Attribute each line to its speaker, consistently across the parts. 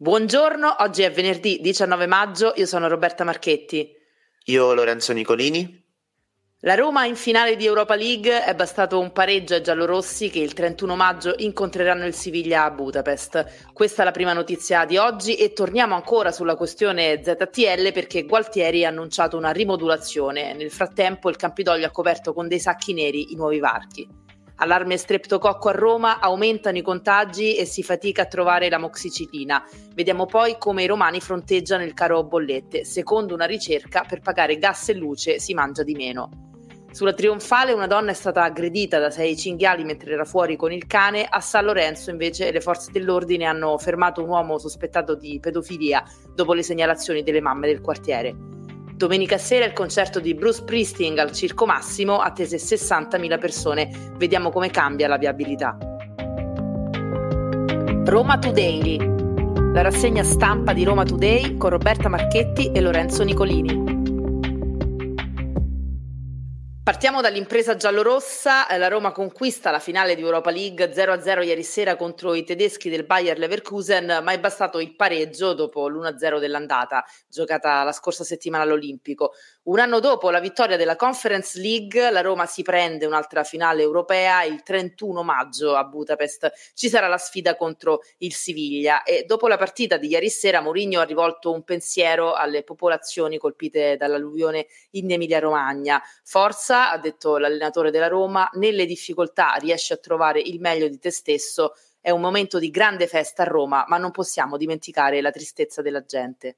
Speaker 1: Buongiorno, oggi è venerdì 19 maggio, io sono Roberta Marchetti.
Speaker 2: Io Lorenzo Nicolini.
Speaker 1: La Roma in finale di Europa League, è bastato un pareggio ai giallorossi che il 31 maggio incontreranno il Siviglia a Budapest. Questa è la prima notizia di oggi e torniamo ancora sulla questione ZTL perché Gualtieri ha annunciato una rimodulazione. Nel frattempo il Campidoglio ha coperto con dei sacchi neri i nuovi varchi. Allarme streptococco a Roma, aumentano i contagi e si fatica a trovare l'amoxicillina. Vediamo poi come i romani fronteggiano il caro bollette. Secondo una ricerca, per pagare gas e luce si mangia di meno. Sulla Trionfale una donna è stata aggredita da 6 cinghiali mentre era fuori con il cane. A San Lorenzo invece le forze dell'ordine hanno fermato un uomo sospettato di pedofilia dopo le segnalazioni delle mamme del quartiere. Domenica sera il concerto di Bruce Springsteen al Circo Massimo, attese 60.000 persone. Vediamo come cambia la viabilità. Roma Today, la rassegna stampa di Roma Today con Roberta Marchetti e Lorenzo Nicolini. Partiamo dall'impresa giallorossa, la Roma conquista la finale di Europa League 0-0 ieri sera contro i tedeschi del Bayer Leverkusen, ma è bastato il pareggio dopo l'1-0 dell'andata, giocata la scorsa settimana all'Olimpico. Un anno dopo la vittoria della Conference League, la Roma si prende un'altra finale europea il 31 maggio a Budapest. Ci sarà la sfida contro il Siviglia e dopo la partita di ieri sera Mourinho ha rivolto un pensiero alle popolazioni colpite dall'alluvione in Emilia-Romagna. Forza, ha detto l'allenatore della Roma, nelle difficoltà riesci a trovare il meglio di te stesso. È un momento di grande festa a Roma, ma non possiamo dimenticare la tristezza della gente.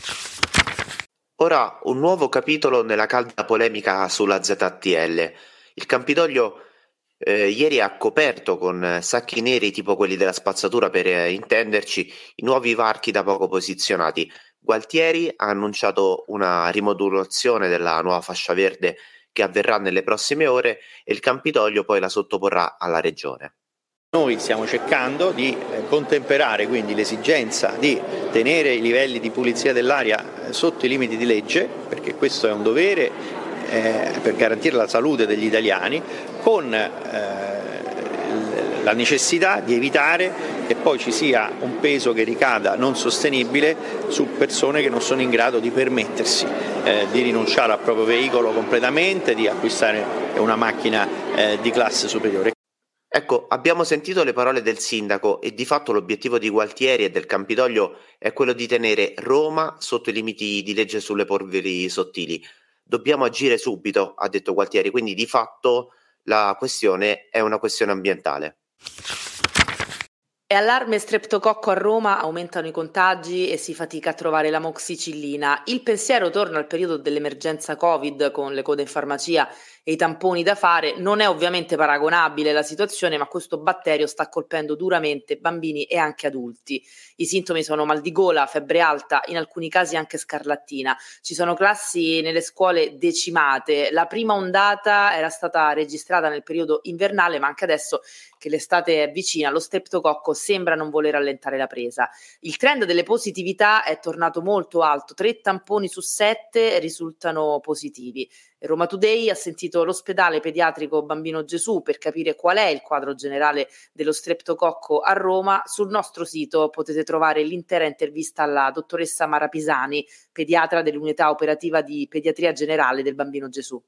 Speaker 2: Ora un nuovo capitolo nella calda polemica sulla ZTL. Il Campidoglio ieri ha coperto con sacchi neri tipo quelli della spazzatura, per intenderci, i nuovi varchi da poco posizionati. Gualtieri ha annunciato una rimodulazione della nuova fascia verde che avverrà nelle prossime ore e il Campidoglio poi la sottoporrà alla Regione.
Speaker 3: Noi stiamo cercando di contemperare quindi l'esigenza di tenere i livelli di pulizia dell'aria sotto i limiti di legge, perché questo è un dovere per garantire la salute degli italiani, con la necessità di evitare che poi ci sia un peso che ricada non sostenibile su persone che non sono in grado di permettersi di rinunciare al proprio veicolo completamente, di acquistare una macchina di classe superiore.
Speaker 2: Ecco, abbiamo sentito le parole del sindaco e di fatto l'obiettivo di Gualtieri e del Campidoglio è quello di tenere Roma sotto i limiti di legge sulle polveri sottili. Dobbiamo agire subito, ha detto Gualtieri, quindi di fatto la questione è una questione ambientale.
Speaker 1: E allarme streptococco a Roma, aumentano i contagi e si fatica a trovare l'amoxicillina. Il pensiero torna al periodo dell'emergenza Covid con le code in farmacia e i tamponi da fare. Non è ovviamente paragonabile la situazione, ma questo batterio sta colpendo duramente bambini e anche adulti. I sintomi sono mal di gola, febbre alta, in alcuni casi anche scarlattina. Ci sono classi nelle scuole decimate. La prima ondata era stata registrata nel periodo invernale, ma anche adesso che l'estate è vicina, lo streptococco sembra non voler allentare la presa. Il trend delle positività è tornato molto alto, 3 tamponi su 7 risultano positivi. Roma Today ha sentito l'ospedale pediatrico Bambino Gesù per capire qual è il quadro generale dello streptococco a Roma. Sul nostro sito potete trovare l'intera intervista alla dottoressa Mara Pisani, pediatra dell'unità operativa di pediatria generale del Bambino Gesù.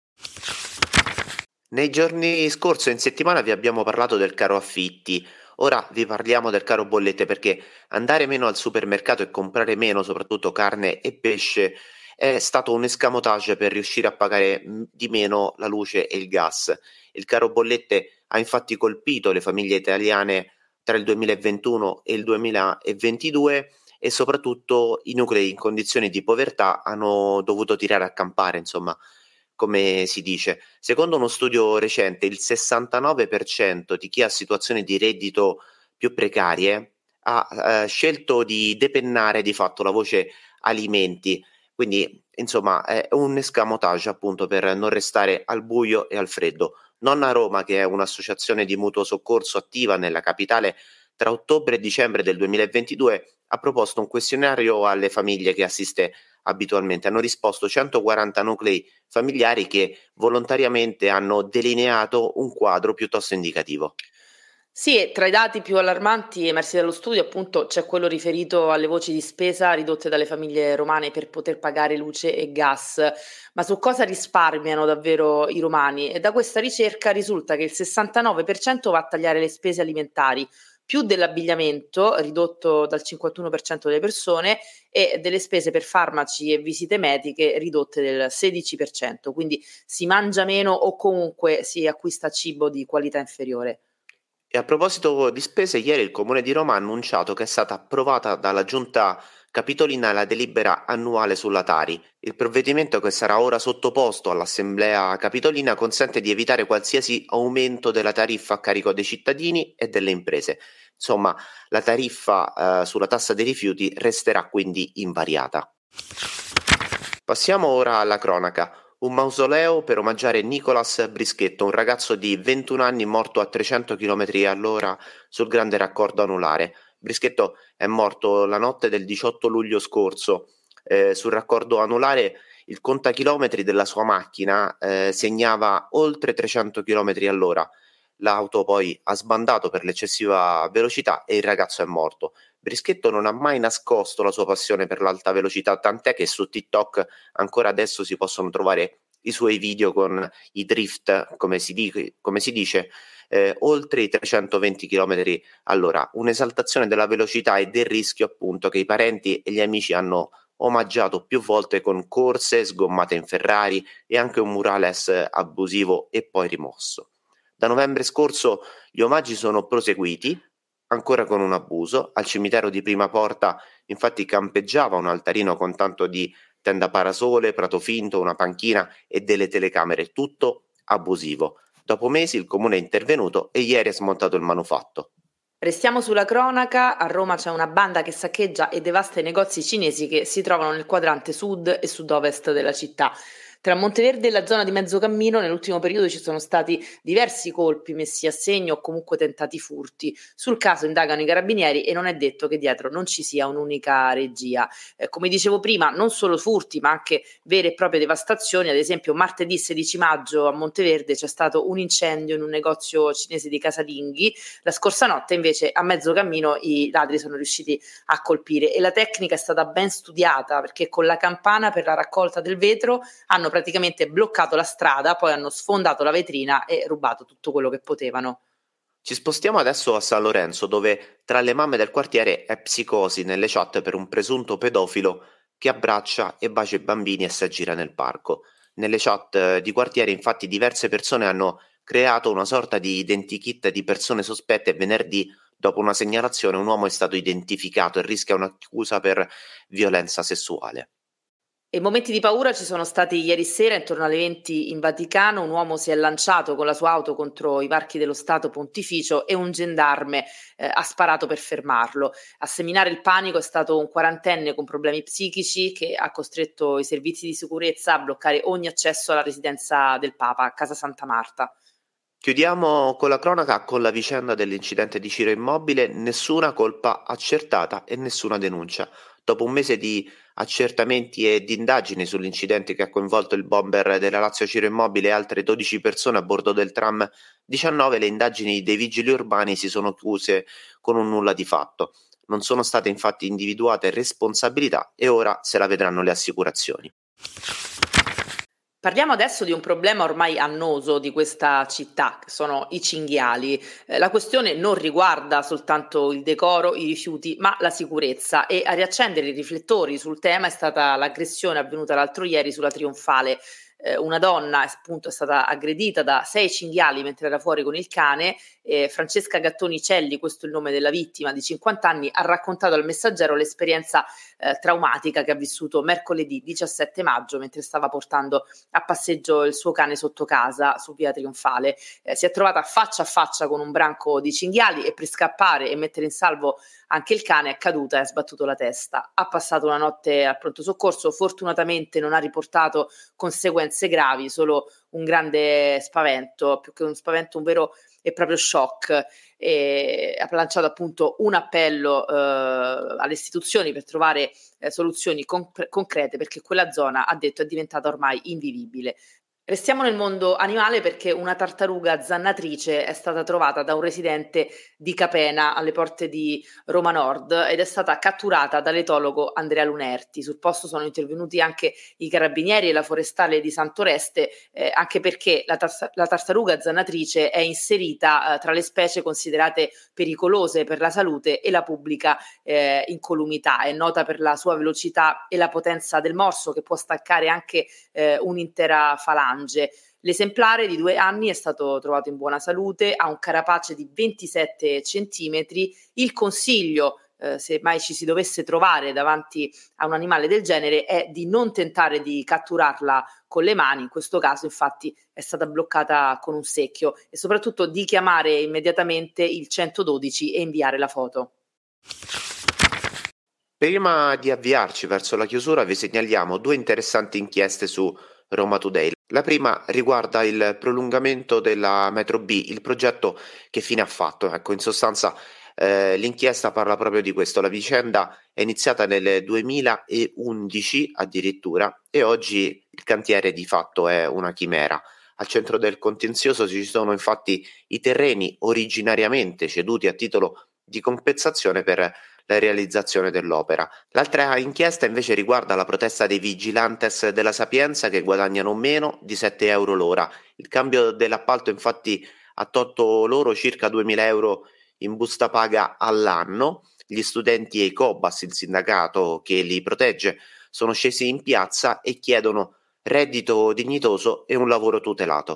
Speaker 2: Nei giorni scorsi in settimana vi abbiamo parlato del caro affitti, ora vi parliamo del caro bollette perché andare meno al supermercato e comprare meno, soprattutto carne e pesce, è stato un escamotage per riuscire a pagare di meno la luce e il gas. Il caro bollette ha infatti colpito le famiglie italiane tra il 2021 e il 2022 e soprattutto i nuclei in condizioni di povertà hanno dovuto tirare a campare, insomma, come si dice. Secondo uno studio recente, il 69% di chi ha situazioni di reddito più precarie ha scelto di depennare di fatto la voce alimenti. Quindi, insomma, è un escamotage appunto per non restare al buio e al freddo. Nonna Roma, che è un'associazione di mutuo soccorso attiva nella capitale, tra ottobre e dicembre del 2022 ha proposto un questionario alle famiglie che assiste abitualmente. Hanno risposto 140 nuclei familiari che volontariamente hanno delineato un quadro piuttosto indicativo.
Speaker 1: Sì, e tra i dati più allarmanti emersi dallo studio, appunto, c'è quello riferito alle voci di spesa ridotte dalle famiglie romane per poter pagare luce e gas. Ma su cosa risparmiano davvero i romani? E da questa ricerca risulta che il 69% va a tagliare le spese alimentari, più dell'abbigliamento, ridotto dal 51% delle persone, e delle spese per farmaci e visite mediche, ridotte del 16%. Quindi si mangia meno o comunque si acquista cibo di qualità inferiore.
Speaker 2: E a proposito di spese, ieri il Comune di Roma ha annunciato che è stata approvata dalla Giunta Capitolina la delibera annuale sulla Tari. Il provvedimento che sarà ora sottoposto all'Assemblea Capitolina consente di evitare qualsiasi aumento della tariffa a carico dei cittadini e delle imprese. Insomma, la tariffa sulla tassa dei rifiuti resterà quindi invariata. Passiamo ora alla cronaca. Un mausoleo per omaggiare Nicolas Brischetto, un ragazzo di 21 anni morto a 300 km all'ora sul grande raccordo anulare. Brischetto è morto la notte del 18 luglio scorso. Sul raccordo anulare il contachilometri della sua macchina segnava oltre 300 km all'ora. L'auto poi ha sbandato per l'eccessiva velocità e il ragazzo è morto. Brischetto non ha mai nascosto la sua passione per l'alta velocità, tant'è che su TikTok ancora adesso si possono trovare i suoi video con i drift, come si dice, oltre i 320 km all'ora. Un'esaltazione della velocità e del rischio, appunto, che i parenti e gli amici hanno omaggiato più volte con corse, sgommate in Ferrari e anche un murales abusivo e poi rimosso. Da novembre scorso gli omaggi sono proseguiti, ancora con un abuso. Al cimitero di Prima Porta infatti campeggiava un altarino con tanto di tenda parasole, prato finto, una panchina e delle telecamere, tutto abusivo. Dopo mesi il comune è intervenuto e ieri ha smontato il manufatto.
Speaker 1: Restiamo sulla cronaca, a Roma c'è una banda che saccheggia e devasta i negozi cinesi che si trovano nel quadrante sud e sud-ovest della città. Tra Monteverde e la zona di Mezzocammino nell'ultimo periodo ci sono stati diversi colpi messi a segno o comunque tentati furti. Sul caso indagano i carabinieri e non è detto che dietro non ci sia un'unica regia. Come dicevo prima, non solo furti ma anche vere e proprie devastazioni. Ad esempio martedì 16 maggio a Monteverde c'è stato un incendio in un negozio cinese di casalinghi. La scorsa notte invece a Mezzocammino i ladri sono riusciti a colpire e la tecnica è stata ben studiata perché con la campana per la raccolta del vetro hanno praticamente bloccato la strada, poi hanno sfondato la vetrina e rubato tutto quello che potevano.
Speaker 2: Ci spostiamo adesso a San Lorenzo, dove tra le mamme del quartiere è psicosi nelle chat per un presunto pedofilo che abbraccia e bacia i bambini e si aggira nel parco. Nelle chat di quartiere, infatti, diverse persone hanno creato una sorta di identikit di persone sospette e venerdì, dopo una segnalazione, un uomo è stato identificato e rischia un'accusa per violenza sessuale.
Speaker 1: E momenti di paura ci sono stati ieri sera, intorno alle 20 in Vaticano, un uomo si è lanciato con la sua auto contro i varchi dello Stato Pontificio e un gendarme ha sparato per fermarlo. A seminare il panico è stato un quarantenne con problemi psichici che ha costretto i servizi di sicurezza a bloccare ogni accesso alla residenza del Papa, a Casa Santa Marta.
Speaker 2: Chiudiamo con la cronaca con la vicenda dell'incidente di Ciro Immobile, nessuna colpa accertata e nessuna denuncia. Dopo un mese di accertamenti e di indagini sull'incidente che ha coinvolto il bomber della Lazio Ciro Immobile e altre 12 persone a bordo del tram 19, le indagini dei vigili urbani si sono chiuse con un nulla di fatto. Non sono state infatti individuate responsabilità e ora se la vedranno le assicurazioni.
Speaker 1: Parliamo adesso di un problema ormai annoso di questa città, che sono i cinghiali. La questione non riguarda soltanto il decoro, i rifiuti, ma la sicurezza e a riaccendere i riflettori sul tema è stata l'aggressione avvenuta l'altro ieri sulla Trionfale. Una donna appunto è stata aggredita da 6 cinghiali mentre era fuori con il cane. Francesca Gattoni Celli, questo è il nome della vittima di 50 anni, ha raccontato al Messaggero l'esperienza traumatica che ha vissuto mercoledì 17 maggio mentre stava portando a passeggio il suo cane sotto casa su via Trionfale. Si è trovata faccia a faccia con un branco di cinghiali e per scappare e mettere in salvo anche il cane è caduta e ha sbattuto la testa. Ha passato una notte al pronto soccorso, fortunatamente non ha riportato conseguenze gravi, solo un grande spavento, più che un spavento, un vero e proprio shock. E ha lanciato appunto un appello alle istituzioni per trovare soluzioni concrete perché quella zona, ha detto, è diventata ormai invivibile. Restiamo nel mondo animale perché una tartaruga zannatrice è stata trovata da un residente di Capena alle porte di Roma Nord ed è stata catturata dall'etologo Andrea Lunerti. Sul posto sono intervenuti anche i carabinieri e la forestale di Santoreste, anche perché la tartaruga zannatrice è inserita tra le specie considerate pericolose per la salute e la pubblica incolumità. È nota per la sua velocità e la potenza del morso che può staccare anche un'intera falange. L'esemplare di 2 anni è stato trovato in buona salute, ha un carapace di 27 centimetri. Il consiglio, se mai ci si dovesse trovare davanti a un animale del genere, è di non tentare di catturarla con le mani. In questo caso, infatti, è stata bloccata con un secchio, e soprattutto di chiamare immediatamente il 112 e inviare la foto.
Speaker 2: Prima di avviarci verso la chiusura vi segnaliamo 2 interessanti inchieste su Roma Today. La prima riguarda il prolungamento della metro B, il progetto che fine ha fatto. Ecco, in sostanza l'inchiesta parla proprio di questo. La vicenda è iniziata nel 2011 addirittura e oggi il cantiere di fatto è una chimera. Al centro del contenzioso ci sono infatti i terreni originariamente ceduti a titolo di compensazione per la realizzazione dell'opera. L'altra inchiesta invece riguarda la protesta dei vigilantes della Sapienza che guadagnano meno di 7 euro l'ora. Il cambio dell'appalto infatti ha tolto loro circa 2.000 euro in busta paga all'anno. Gli studenti e i Cobas, il sindacato che li protegge, sono scesi in piazza e chiedono reddito dignitoso e un lavoro tutelato.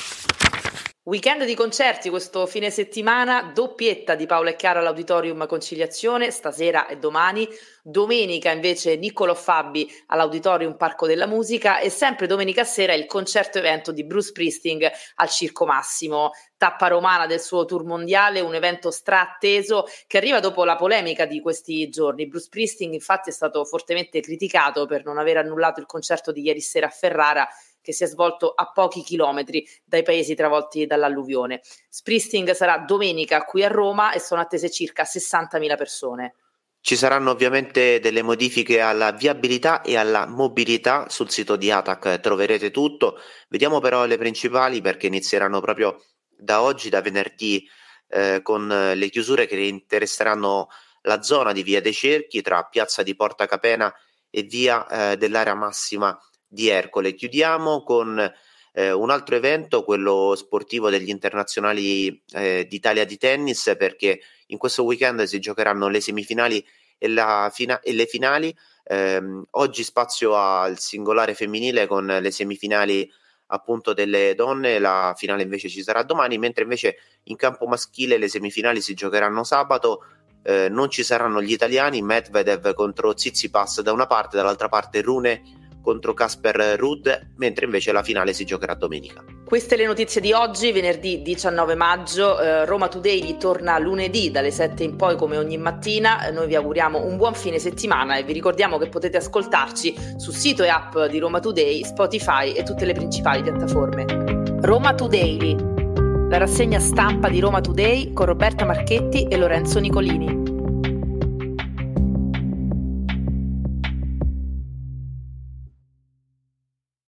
Speaker 1: Weekend di concerti questo fine settimana, doppietta di Paola e Chiara all'Auditorium Conciliazione stasera e domani, domenica invece Niccolò Fabi all'Auditorium Parco della Musica e sempre domenica sera il concerto evento di Bruce Springsteen al Circo Massimo, tappa romana del suo tour mondiale, un evento straatteso che arriva dopo la polemica di questi giorni. Bruce Springsteen infatti è stato fortemente criticato per non aver annullato il concerto di ieri sera a Ferrara, che si è svolto a pochi chilometri dai paesi travolti dall'alluvione. Springsteen sarà domenica qui a Roma e sono attese circa 60.000 persone.
Speaker 2: Ci saranno ovviamente delle modifiche alla viabilità e alla mobilità sul sito di ATAC, troverete tutto. Vediamo però le principali perché inizieranno proprio da oggi, da venerdì, con le chiusure che interesseranno la zona di Via dei Cerchi tra Piazza di Porta Capena e Via dell'Area Massima di Ercole. Chiudiamo con un altro evento, quello sportivo degli internazionali d'Italia di tennis, perché in questo weekend si giocheranno le semifinali e le finali. Oggi spazio al singolare femminile con le semifinali appunto delle donne, la finale invece ci sarà domani, mentre invece in campo maschile le semifinali si giocheranno sabato. Non ci saranno gli italiani, Medvedev contro Tsitsipas da una parte, dall'altra parte Rune contro Casper Ruud, mentre invece la finale si giocherà domenica.
Speaker 1: Queste le notizie di oggi, venerdì 19 maggio. Roma Today torna lunedì dalle 7 in poi come ogni mattina. Noi vi auguriamo un buon fine settimana e vi ricordiamo che potete ascoltarci sul sito e app di Roma Today, Spotify e tutte le principali piattaforme. Roma Today, la rassegna stampa di Roma Today con Roberta Marchetti e Lorenzo Nicolini.